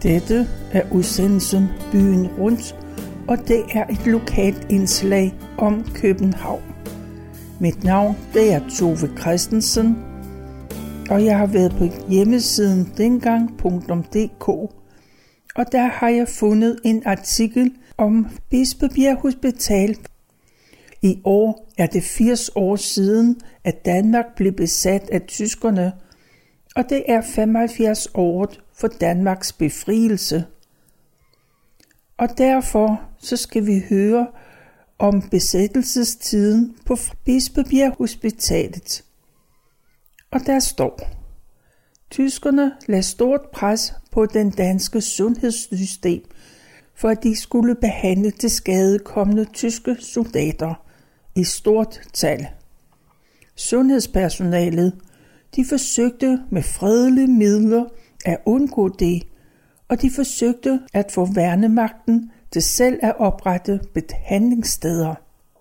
Dette er udsendelsen Byen Rundt, og det er et lokalt indslag om København. Mit navn det er Tove Christensen, og jeg har været på hjemmesiden dengang.dk, og der har jeg fundet en artikel om Bispebjerg Hospital. I år er det 80 år siden, at Danmark blev besat af tyskerne, og det er 75 år for Danmarks befrielse. Og derfor så skal vi høre om besættelsestiden på Bispebjerg Hospitalet. Og der står: tyskerne lagde stort pres på den danske sundhedssystem, for at de skulle behandle de skadekomne tyske soldater i stort tal. Sundhedspersonalet, de forsøgte med fredelige midler at undgå det, og de forsøgte at få værnemagten til selv at oprette behandlingssteder.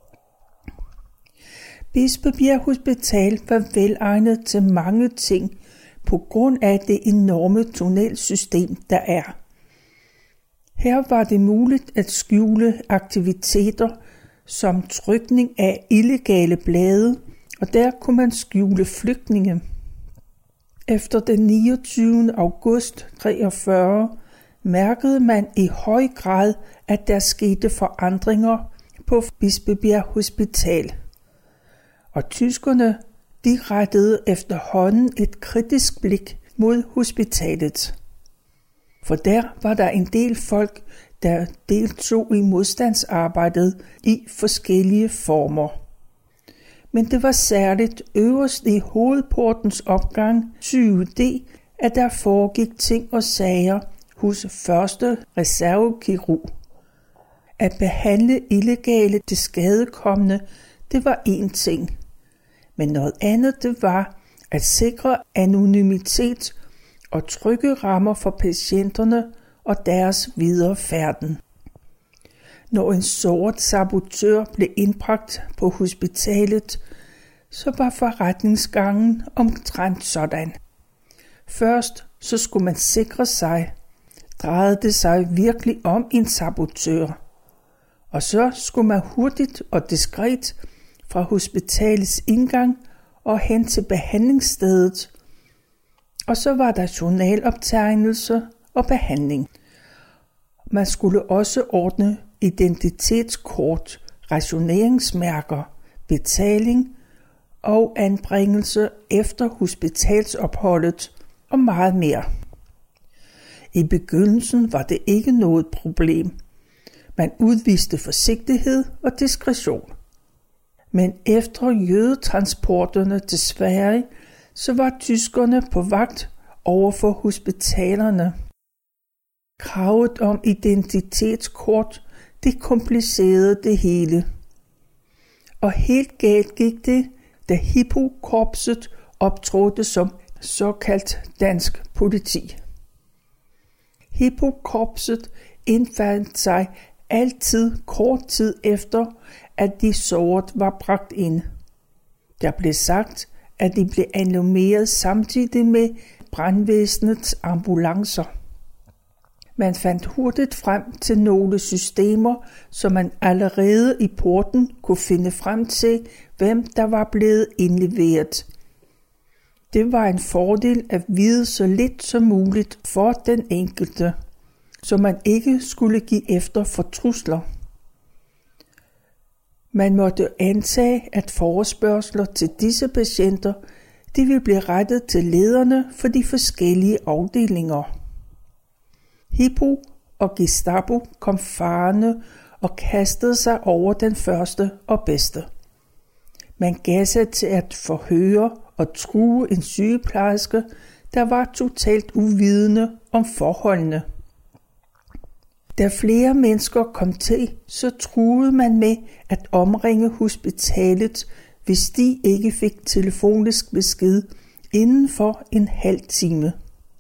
Bispebjerg Hospital var velegnet til mange ting på grund af det enorme tunnelsystem, der er. Her var det muligt at skjule aktiviteter som trykning af illegale blade, og der kunne man skjule flygtninge. Efter den 29. august 43 mærkede man i høj grad, at der skete forandringer på Bispebjerg Hospital. Og tyskerne, de rettede efterhånden et kritisk blik mod hospitalet. For der var der en del folk, der deltog i modstandsarbejdet i forskellige former. Men det var særligt øverst i hovedportens opgang 7D, at der foregik ting og sager hos første reservekirurg. At behandle illegale tilskadekomne, det var én ting. Men noget andet det var at sikre anonymitet og trygge rammer for patienterne og deres videre færden. Når en sort sabotør blev indbragt på hospitalet, så var forretningsgangen omtrent sådan. Først så skulle man sikre sig, drejede det sig virkelig om en sabotør. Og så skulle man hurtigt og diskret fra hospitalets indgang og hen til behandlingsstedet. Og så var der journaloptegnelse og behandling. Man skulle også ordne identitetskort, rationeringsmærker, betaling og anbringelse efter hospitalsopholdet og meget mere. I begyndelsen var det ikke noget problem. Man udviste forsigtighed og diskretion. Men efter jødetransporterne til Sverige, så var tyskerne på vagt over for hospitalerne. Kravet om identitetskort, det komplicerede det hele. Og helt galt gik det, da Hippo-korpset optrådte som såkaldt dansk politi. Hippo-korpset indfandt sig altid kort tid efter, at de såret var bragt ind. Der blev sagt, at de blev alarmeret samtidig med brandvæsenets ambulancer. Man fandt hurtigt frem til nogle systemer, så man allerede i porten kunne finde frem til, hvem der var blevet indleveret. Det var en fordel at vide så lidt som muligt for den enkelte, så man ikke skulle give efter for trusler. Man måtte antage, at forespørgsler til disse patienter, de ville blive rettet til lederne for de forskellige afdelinger. Hippo og Gestapo kom farende og kastede sig over den første og bedste. Man gav sig til at forhøre og true en sygeplejerske, der var totalt uvidende om forholdene. Da flere mennesker kom til, så truede man med at omringe hospitalet, hvis de ikke fik telefonisk besked inden for en halv time.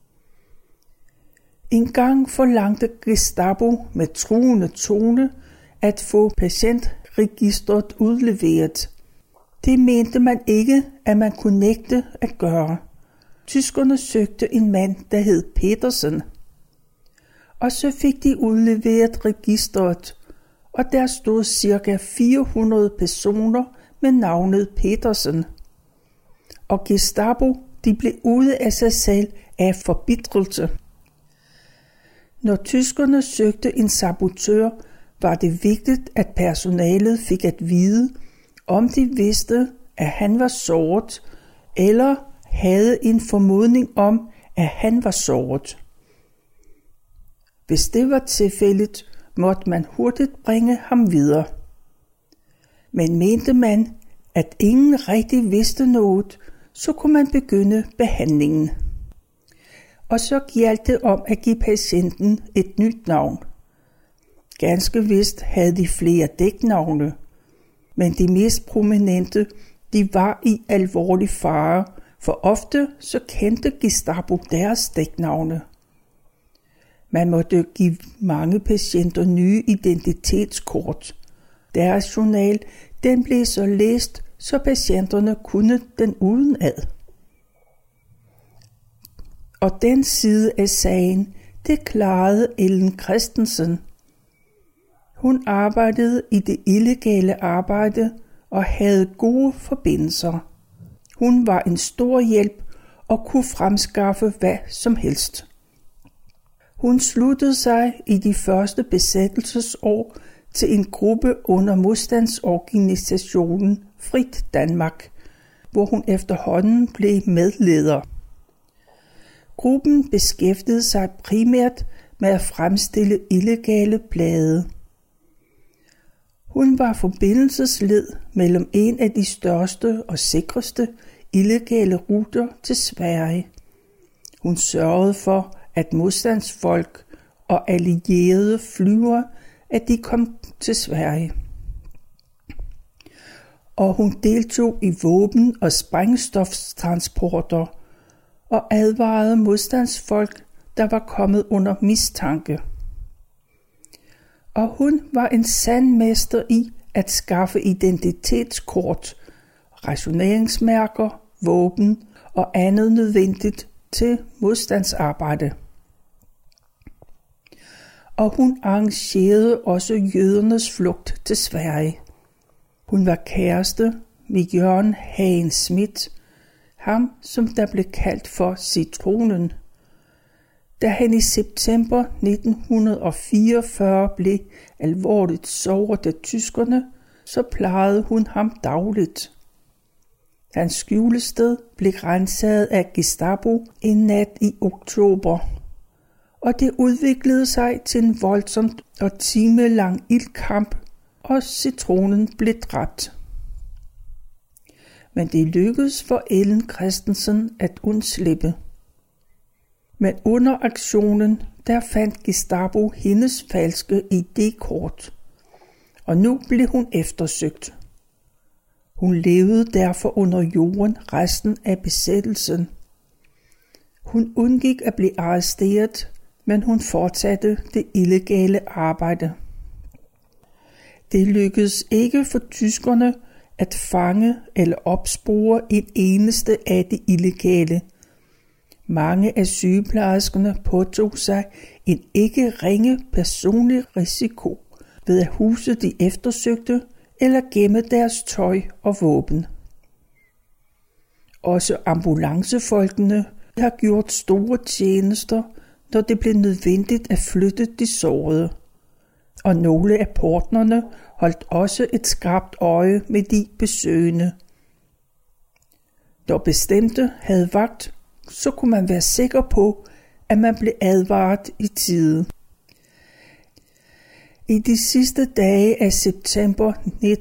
En gang forlangte Gestapo med truende tone at få patientregistret udleveret. Det mente man ikke, at man kunne nægte at gøre. Tyskerne søgte en mand, der hed Petersen. og så fik de udleveret registret, og der stod ca. 400 personer med navnet Petersen. Og Gestapo, de blev ude af sig selv af forbitrelse. Når tyskerne søgte en sabotør, var det vigtigt, at personalet fik at vide, om de vidste, at han var såret, eller havde en formodning om, at han var såret. Hvis det var tilfældet, måtte man hurtigt bringe ham videre. Men mente man, at ingen rigtig vidste noget, så kunne man begynde behandlingen. Og så gjaldt det om at give patienten et nyt navn. Ganske vist havde de flere dæknavne, men de mest prominente, de var i alvorlig fare, for ofte så kendte Gestapo deres dæknavne. Man måtte give mange patienter nye identitetskort. Deres journal, den blev så læst, så patienterne kunne den udenad. Og den side af sagen, det klarede Ellen Christensen. Hun arbejdede i det illegale arbejde og havde gode forbindelser. Hun var en stor hjælp og kunne fremskaffe hvad som helst. Hun sluttede sig i de første besættelsesår til en gruppe under modstandsorganisationen Frit Danmark, hvor hun efterhånden blev medleder. Gruppen beskæftigede sig primært med at fremstille illegale blade. Hun var forbindelsesled mellem en af de største og sikreste illegale ruter til Sverige. Hun sørgede for, at modstandsfolk og allierede flyver, at de kom til Sverige. Og hun deltog i våben- og sprængstofstransporter og advarede modstandsfolk, der var kommet under mistanke. Og hun var en sand mester i at skaffe identitetskort, rationeringsmærker, våben og andet nødvendigt til modstandsarbejde. Og hun arrangerede også jødernes flugt til Sverige. Hun var kæreste med Jørgen Hagen Schmidt, ham som der blev kaldt for Citronen. Da han i september 1944 blev alvorligt såret af tyskerne, så plejede hun ham dagligt. Hans skjulested blev ransaget af Gestapo en nat i oktober, og det udviklede sig til en voldsomt og timelang ildkamp, og Citronen blev dræbt. Men det lykkedes for Ellen Christensen at undslippe. Men under aktionen, der fandt Gestapo hendes falske ID-kort, og nu blev hun eftersøgt. Hun levede derfor under jorden resten af besættelsen. Hun undgik at blive arresteret, men hun fortsatte det illegale arbejde. Det lykkedes ikke for tyskerne at fange eller opspore en eneste af de illegale. Mange af sygeplejerskerne påtog sig en ikke ringe personlig risiko ved at huse de eftersøgte eller gemme deres tøj og våben. Også ambulancefolkene har gjort store tjenester, når det blev nødvendigt at flytte de sårede. Og nogle af portnerne holdt også et skarpt øje med de besøgende. Når bestemte havde vagt, så kunne man være sikker på, at man blev advaret i tide. I de sidste dage af september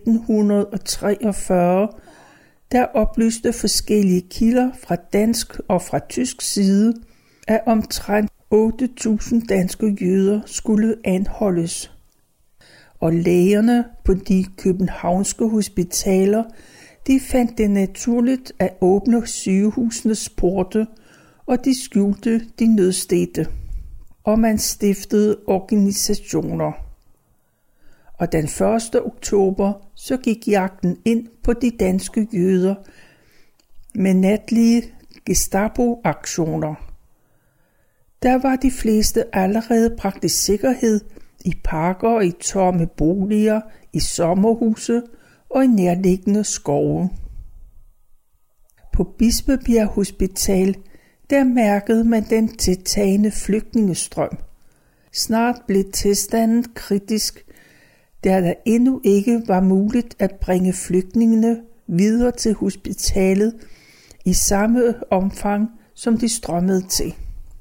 1943, der oplyste forskellige kilder fra dansk og fra tysk side, at omtrent 8.000 danske jøder skulle anholdes. Og lægerne på de københavnske hospitaler, de fandt det naturligt at åbne sygehusenes porte, og de skjulte de nødstedte. Og man stiftede organisationer. Og den 1. oktober, så gik jagten ind på de danske jøder med natlige Gestapo-aktioner. Der var de fleste allerede bragt i sikkerhed i parker og i tomme boliger, i sommerhuse og i nærliggende skove. På Bispebjerg Hospital, der mærkede man den tiltagende flygtningestrøm. Snart blev tilstanden kritisk, da der endnu ikke var muligt at bringe flygtningene videre til hospitalet i samme omfang, som de strømmede til.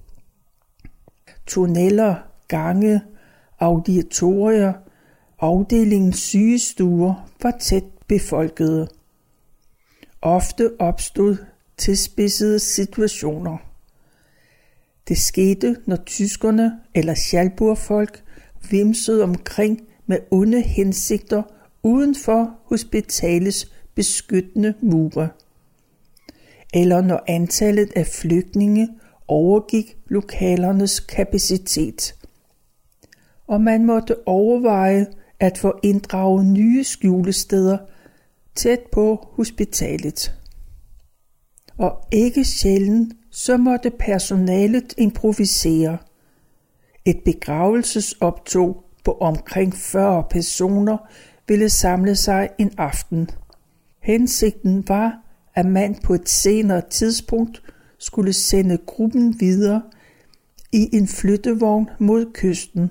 Tunneller, gange, auditorier, afdelingens sygestuer var tæt befolkede. Ofte opstod tilspidsede situationer. Det skete, når tyskerne eller Schalburgfolk vimsede omkring med onde hensigter uden for hospitalets beskyttende mure, eller når antallet af flygtninge overgik lokalernes kapacitet, og man måtte overveje at få inddraget nye skjulesteder tæt på hospitalet. Og ikke sjældent så måtte personalet improvisere. Et begravelsesoptog på omkring 40 personer ville samle sig en aften. Hensigten var, at man på et senere tidspunkt skulle sende gruppen videre i en flyttevogn mod kysten.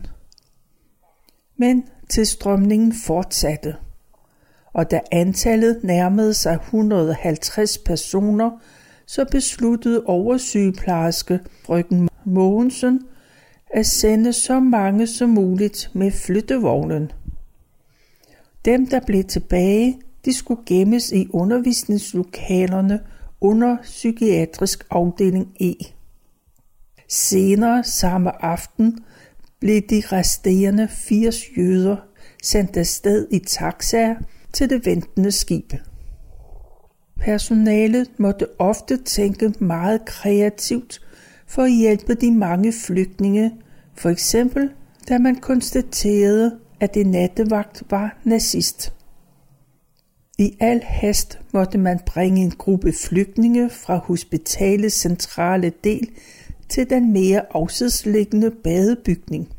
Men tilstrømningen fortsatte, og da antallet nærmede sig 150 personer, så besluttede oversygeplejerske frøken Mogensen at sende så mange som muligt med flyttevognen. Dem, der blev tilbage, de skulle gemmes i undervisningslokalerne under psykiatrisk afdeling E. Senere samme aften blev de resterende 80 jøder sendt afsted i taxaer til det ventende skib. Personalet måtte ofte tænke meget kreativt for at hjælpe de mange flygtninge, for eksempel da man konstaterede, at en nattevagt var nazist. I al hast måtte man bringe en gruppe flygtninge fra hospitalets centrale del til den mere afsidsliggende badebygning.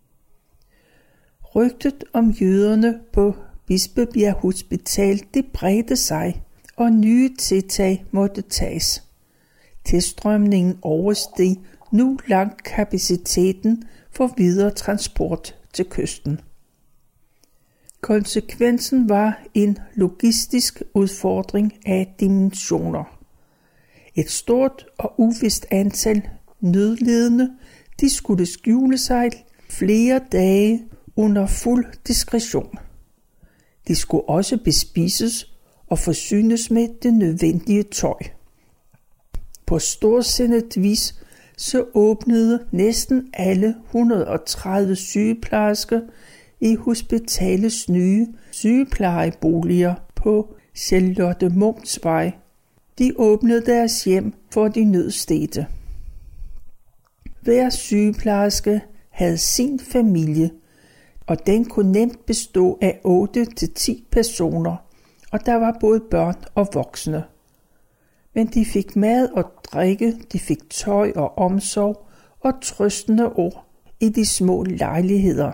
Rygtet om jøderne på Bispebjerg Hospital det bredte sig, og nye tiltag måtte tages. Tilstrømningen oversteg nu langt kapaciteten for videre transport til kysten. Konsekvensen var en logistisk udfordring af dimensioner. Et stort og uvist antal nødlidende, de skulle skjule sig flere dage under fuld diskretion. De skulle også bespises og forsynes med det nødvendige tøj. På storsindet vis så åbnede næsten alle 130 sygeplejersker i hospitalets nye sygeplejeboliger på Charlotte Munchs Vej. De åbnede deres hjem for de nødstedte. Hver sygeplejerske havde sin familie, og den kunne nemt bestå af 8-10 personer, og der var både børn og voksne. Men de fik mad og drikke, de fik tøj og omsorg og trøstende ord i de små lejligheder.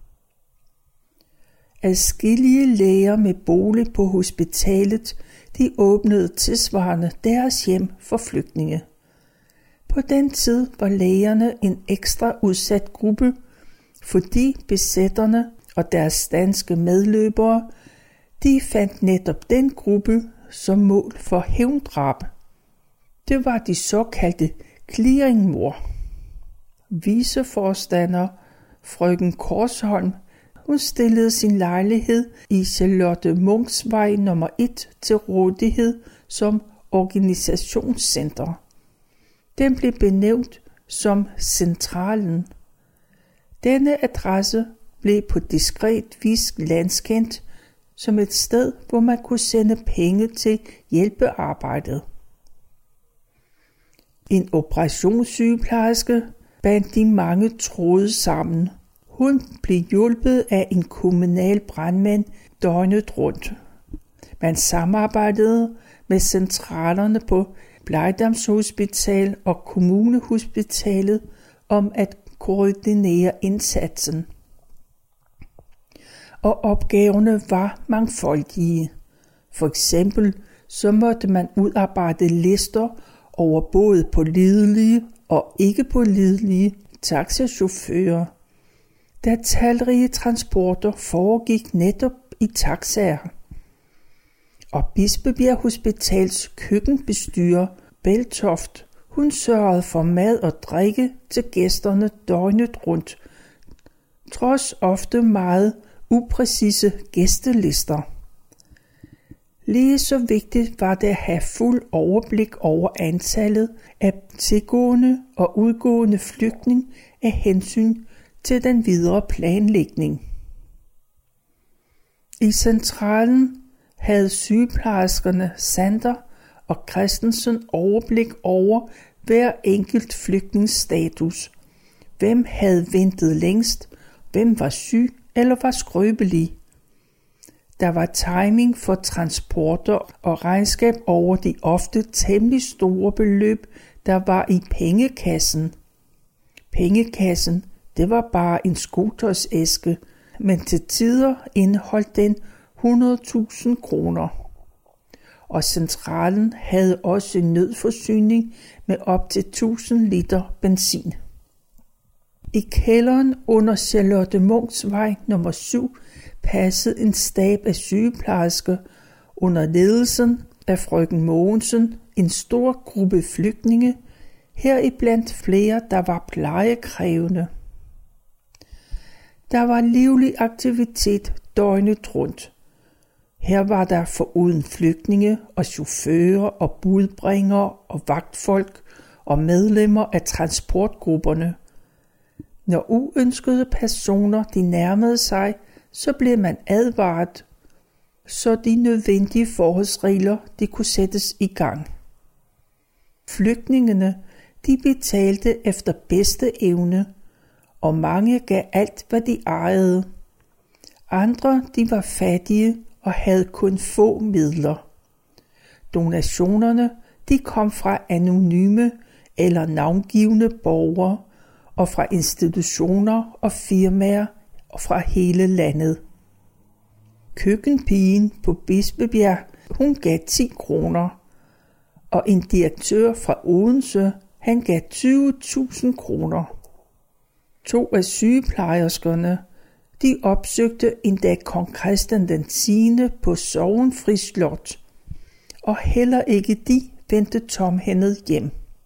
Adskillige læger med bolig på hospitalet, de åbnede tilsvarende deres hjem for flygtninge. På den tid var lægerne en ekstra udsat gruppe, fordi besætterne og deres danske medløbere, de fandt netop den gruppe som mål for hævndrab. Det var de såkaldte clearingmord. Viceforstander frøken Korsholm, hun stillede sin lejlighed i Charlotte Munchs Vej nummer 1 til rådighed som organisationscenter. Den blev benævnt som Centralen. Denne adresse blev på diskret vis landskendt som et sted, hvor man kunne sende penge til hjælpearbejdet. En operationssygeplejerske bandt de mange tråde sammen. Hun blev hjulpet af en kommunal brandmand døgnet rundt. Man samarbejdede med centralerne på Blejdamshospital og Kommunehospitalet om at koordinere indsatsen. Og opgaverne var mangfoldige. For eksempel så måtte man udarbejde lister over både pålidelige og ikke pålidelige taxachauffører, da talrige transporter foregik netop i taxaer. Og Bispebjerg Hospitals køkkenbestyrer Beltoft, hun sørgede for mad og drikke til gæsterne døgnet rundt, trods ofte meget upræcise gæstelister. Lige så vigtigt var det at have fuld overblik over antallet af tilgående og udgående flygtninge af hensyn til den videre planlægning. I centralen havde sygeplejerskerne Sander og Christensen overblik over hver enkelt flygtningsstatus. Hvem havde ventet længst, hvem var syg eller var skrøbelig. Der var timing for transporter og regnskab over de ofte temmelig store beløb, der var i pengekassen. Pengekassen, det var bare en skotersæske, men til tider indeholdt den 100.000 kroner. Og centralen havde også en nødforsyning med op til 1000 liter benzin. I kælderen under Charlotte Munchs vej nummer 7 passede en stab af sygeplejersker under ledelsen af frøken Mogensen en stor gruppe flygtninge, heriblandt flere, der var plejekrævende. Der var livlig aktivitet døgnet rundt. Her var der foruden flygtninge og chauffører og budbringere og vagtfolk og medlemmer af transportgrupperne. Når uønskede personer de nærmede sig, så blev man advaret, så de nødvendige forholdsregler de kunne sættes i gang. Flygtningene de betalte efter bedste evne, og mange gav alt, hvad de ejede. Andre de var fattige og havde kun få midler. Donationerne de kom fra anonyme eller navngivne borgere og fra institutioner og firmaer og fra hele landet. Køkkenpigen på Bispebjerg, hun gav 10 kroner, og en direktør fra Odense, han gav 20.000 kroner. 2 af sygeplejerskerne, de opsøgte endda kong Christian den 10. på Sorgenfri Slot, og heller ikke de vendte tomhændet hjem.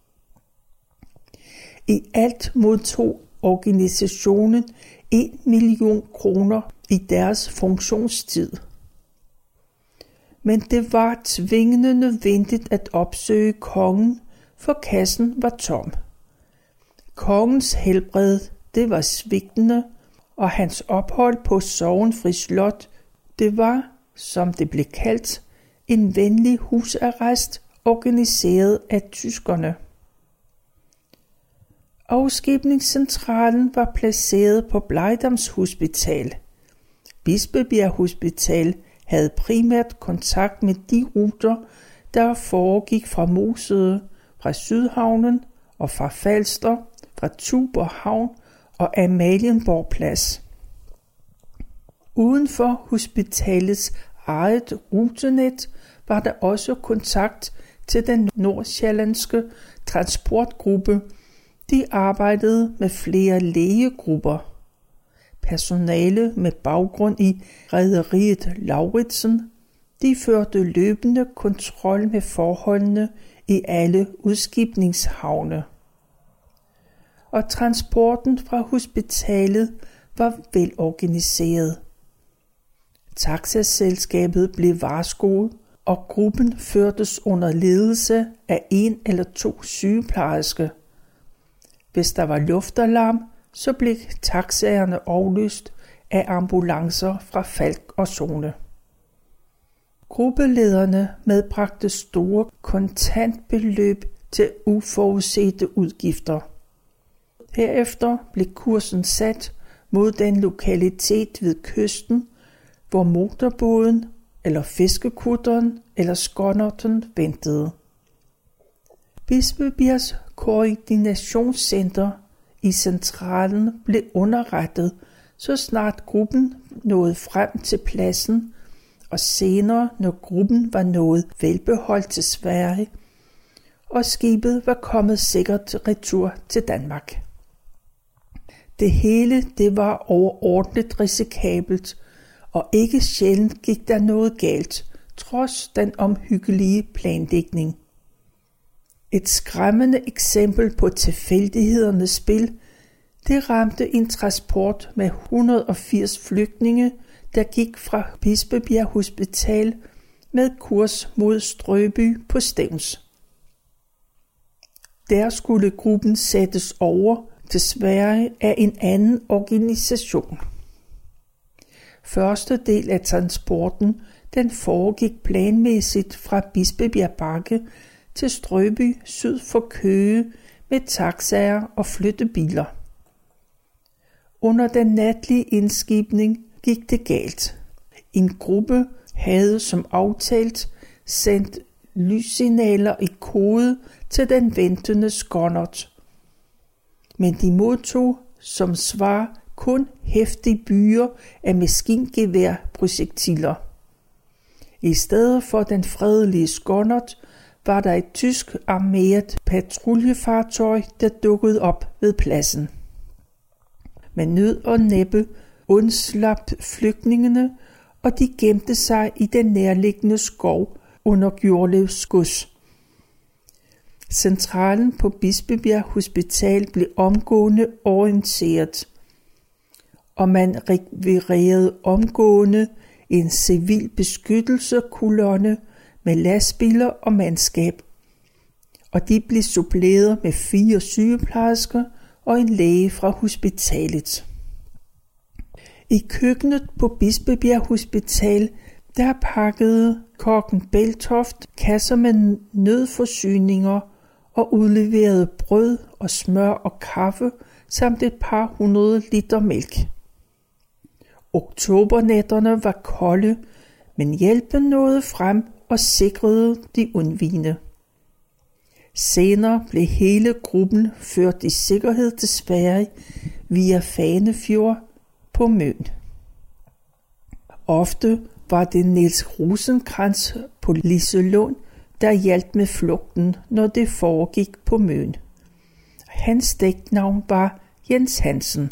I alt modtog organisationen 1 million kroner i deres funktionstid. Men det var tvingende nødvendigt at opsøge kongen, for kassen var tom. Kongens helbred, det var svigtende, og hans ophold på Sorgenfri Slot, det var, som det blev kaldt, en venlig husarrest organiseret af tyskerne. Afskibningscentralen var placeret på Blejdams Hospital. Bispebjerg Hospital havde primært kontakt med de ruter, der foregik fra Mosede, fra Sydhavnen og fra Falster, fra Tuborghavn og Amalienborg Plads. Uden for hospitalets eget rutenet var der også kontakt til den nordsjællandske transportgruppe. De arbejdede med flere lægegrupper. Personale med baggrund i rederiet Lauritsen, de førte løbende kontrol med forholdene i alle udskibningshavne. Og transporten fra hospitalet var velorganiseret. Taxaselskabet blev varskoet, og gruppen førtes under ledelse af 1 eller 2 sygeplejersker. Hvis der var luftalarm, så blev taxaerne afløst af ambulancer fra Falk og Zone. Gruppelederne medbragte store kontantbeløb til uforudsete udgifter. Herefter blev kursen sat mod den lokalitet ved kysten, hvor motorbåden eller fiskekutteren eller skonnerten ventede. Bispebjergs koordinationscenter i centralen blev underrettet, så snart gruppen nåede frem til pladsen, og senere, når gruppen var nået velbeholdt til Sverige, og skibet var kommet sikkert retur til Danmark. Det hele det var overordentligt risikabelt, og ikke sjældent gik der noget galt, trods den omhyggelige planlægning. Et skræmmende eksempel på tilfældighedernes spil, det ramte en transport med 180 flygtninge, der gik fra Bispebjerg Hospital med kurs mod Strøby på Stevns. Der skulle gruppen sættes over til Sverige af en anden organisation. Første del af transporten, den foregik planmæssigt fra Bispebjerg Bakke til Strøby syd for Køge med taxaer og flyttebiler. Under den natlige indskibning gik det galt. En gruppe havde som aftalt sendt lyssignaler i kode til den ventende skonnert. Men de modtog som svar kun heftige byer af maskingeværprojektiler. I stedet for den fredelige skonnert var der et tysk armeret patruljefartøj, der dukkede op ved pladsen. Med nød og næppe undslap flygtningene, og de gemte sig i den nærliggende skov under Gjorlevs gods. Centralen på Bispebjerg Hospital blev omgående orienteret, og man rekvirerede omgående en civil beskyttelsekolonne med lastbiler og mandskab, og de blev suppleret med 4 sygeplejersker og en læge fra hospitalet. I køkkenet på Bispebjerg Hospital, der pakkede kokken Beltoft kasser med nødforsyninger og udleverede brød og smør og kaffe samt et par 100 liter mælk. Oktobernætterne var kolde, men hjælpen nåede frem og sikrede de undvigende. Senere blev hele gruppen ført i sikkerhed til Sverige via Fanefjord på Møn. Ofte var det Niels Rosenkrantz på Liselund, der hjalp med flugten, når det foregik på Møn. Hans dæknavn var Jens Hansen.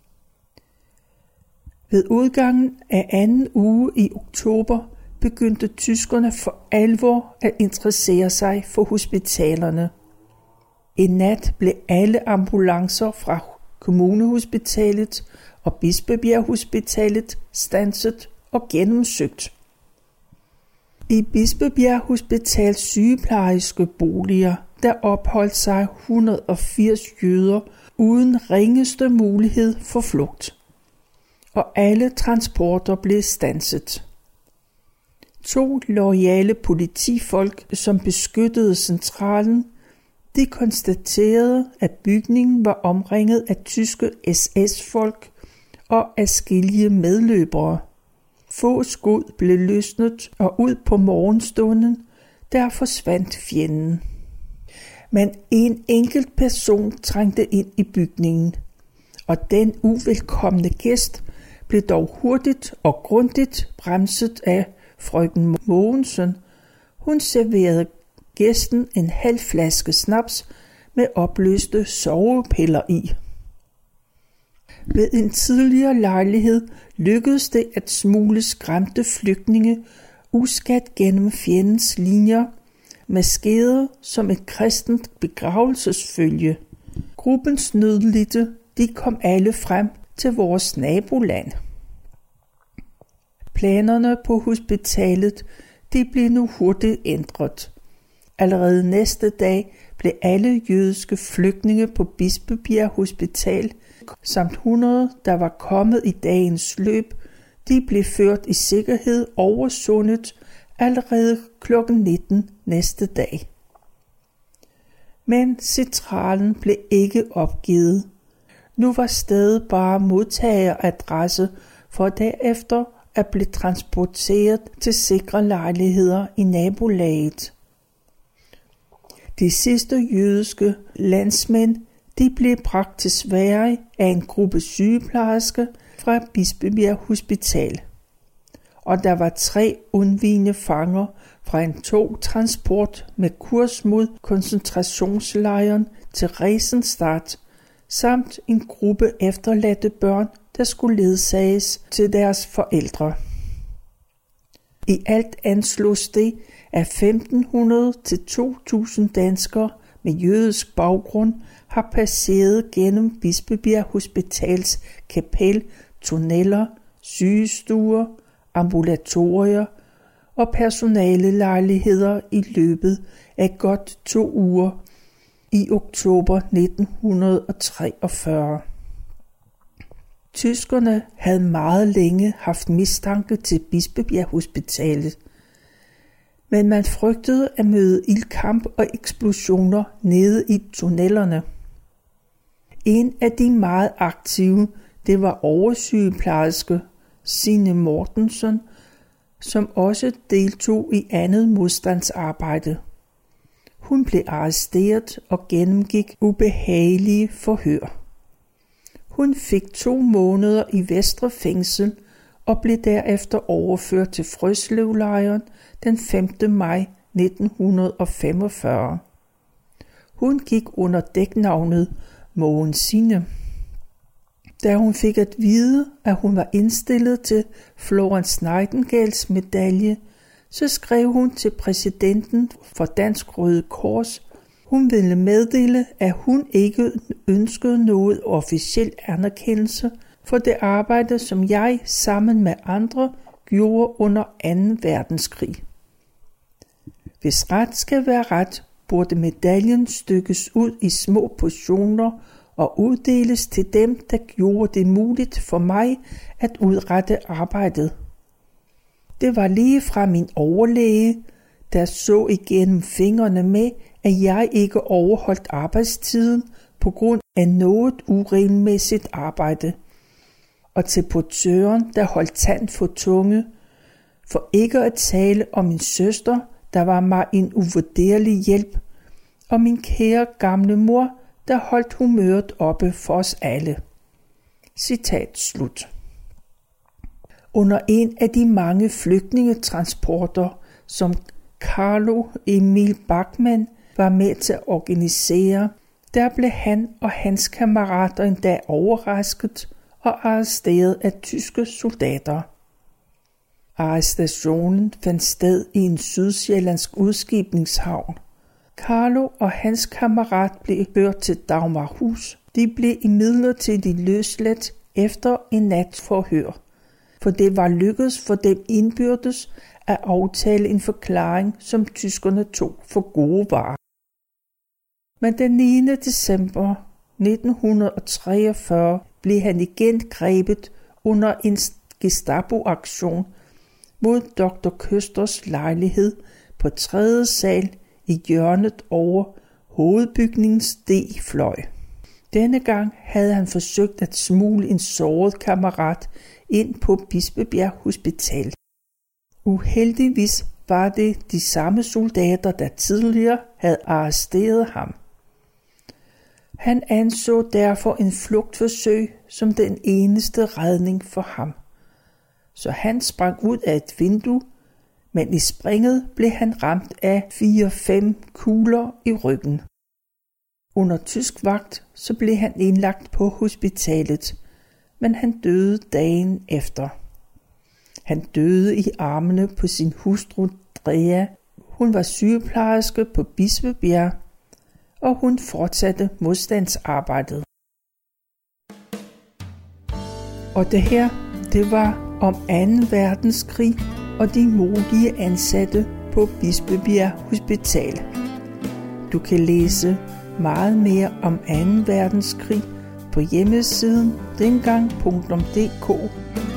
Ved udgangen af anden uge i oktober begyndte tyskerne for alvor at interessere sig for hospitalerne. En nat blev alle ambulancer fra Kommunehospitalet og Bispebjerg Hospitalet standset og gennemsøgt. I Bispebjerg Hospitals sygeplejerske boliger, der opholdt sig 180 jøder uden ringeste mulighed for flugt, og alle transporter blev standset. 2 loyale politifolk, som beskyttede centralen, de konstaterede, at bygningen var omringet af tyske SS-folk og adskillige medløbere. Få skud blev løsnet, og ud på morgenstunden, der forsvandt fjenden. Men en enkelt person trængte ind i bygningen, og den uvelkomne gæst blev dog hurtigt og grundigt bremset af frøken Mogensen. Hun serverede gæsten en halv flaske snaps med opløste sovepiller i. Ved en tidligere lejlighed lykkedes det at smugle skræmte flygtninge uskadt gennem fjendens linjer, maskeret som et kristent begravelsesfølge. Gruppens nødlidte, de kom alle frem til vores naboland. Planerne på hospitalet, de blev nu hurtigt ændret. Allerede næste dag blev alle jødiske flygtninge på Bispebjerg Hospital samt 100, der var kommet i dagens løb, de blev ført i sikkerhed over sundet allerede kl. 19 næste dag. Men centralen blev ikke opgivet. Nu var stedet bare modtageradresse for derefter at blive transporteret til sikre lejligheder i nabolaget. De sidste jødiske landsmænd, De blev bragt til Sverige af en gruppe sygeplejersker fra Bispebjerg Hospital. Og der var 3 undvigende fanger fra en togtransport med kurs mod koncentrationslejren til Theresienstadt, samt en gruppe efterladte børn, der skulle ledsages til deres forældre. I alt anslås det, at 1500 til 2000 danskere med jødisk baggrund har passeret gennem Bispebjerg Hospitals kapel, tunneller, sygestuer, ambulatorier og personalelejligheder i løbet af godt 2 uger i oktober 1943. Tyskerne havde meget længe haft mistanke til Bispebjerg Hospitalet, men man frygtede at møde ildkamp og eksplosioner nede i tunnelerne. En af de meget aktive, det var oversygeplejerske Signe Mortensen, som også deltog i andet modstandsarbejde. Hun blev arresteret og gennemgik ubehagelige forhør. Hun fik 2 måneder i Vestre Fængsel og blev derefter overført til Frøslevlejren den 5. maj 1945. Hun gik under dæknavnet Mogens Signe. Da hun fik at vide, at hun var indstillet til Florence Nightingales medalje, så skrev hun til præsidenten for Dansk Røde Kors. Hun ville meddele, at hun ikke ønskede noget officiel anerkendelse for det arbejde, som jeg sammen med andre gjorde under 2. verdenskrig. Hvis ret skal være ret, burde medaljen stykkes ud i små portioner og uddeles til dem, der gjorde det muligt for mig at udrette arbejdet. Det var lige fra min overlæge, der så igennem fingrene med, at jeg ikke overholdt arbejdstiden på grund af noget uregelmæssigt arbejde, og til portøren, der holdt tand for tunge, for ikke at tale om min søster, der var mig en uvurderlig hjælp, og min kære gamle mor, der holdt humøret oppe for os alle. Citat slut. Under en af de mange flygtningetransporter, som Carlo Emil Bachmann var med til at organisere, der blev han og hans kammerater en dag overrasket og arresteret af tyske soldater. Arrestationen fandt sted i en sydsjællandsk udskibningshavn. Carlo og hans kammerat blev ført til Dagmarhus. De blev imidlertid løsladt efter en nat forhør, for det var lykkedes for dem indbyrdes at aftale en forklaring, som tyskerne tog for gode varer. Men den 9. december 1943 blev han igen grebet under en Gestapo-aktion mod Dr. Køsters lejlighed på 3. sal i hjørnet over hovedbygningens D-fløj. Denne gang havde han forsøgt at smugle en såret kammerat ind på Bispebjerg Hospital. Uheldigvis var det de samme soldater, der tidligere havde arresteret ham. Han anså derfor en flugtforsøg som den eneste redning for ham. Så han sprang ud af et vindue, men i springet blev han ramt af 4-5 kugler i ryggen. Under tysk vagt så blev han indlagt på hospitalet, men han døde dagen efter. Han døde i armene på sin hustru Drea. Hun var sygeplejerske på Bispebjerg, og hun fortsatte modstandsarbejdet. Og det her, det var om 2. verdenskrig og de modige ansatte på Bispebjerg Hospital. Du kan læse meget mere om 2. verdenskrig på hjemmesiden dengang.dk.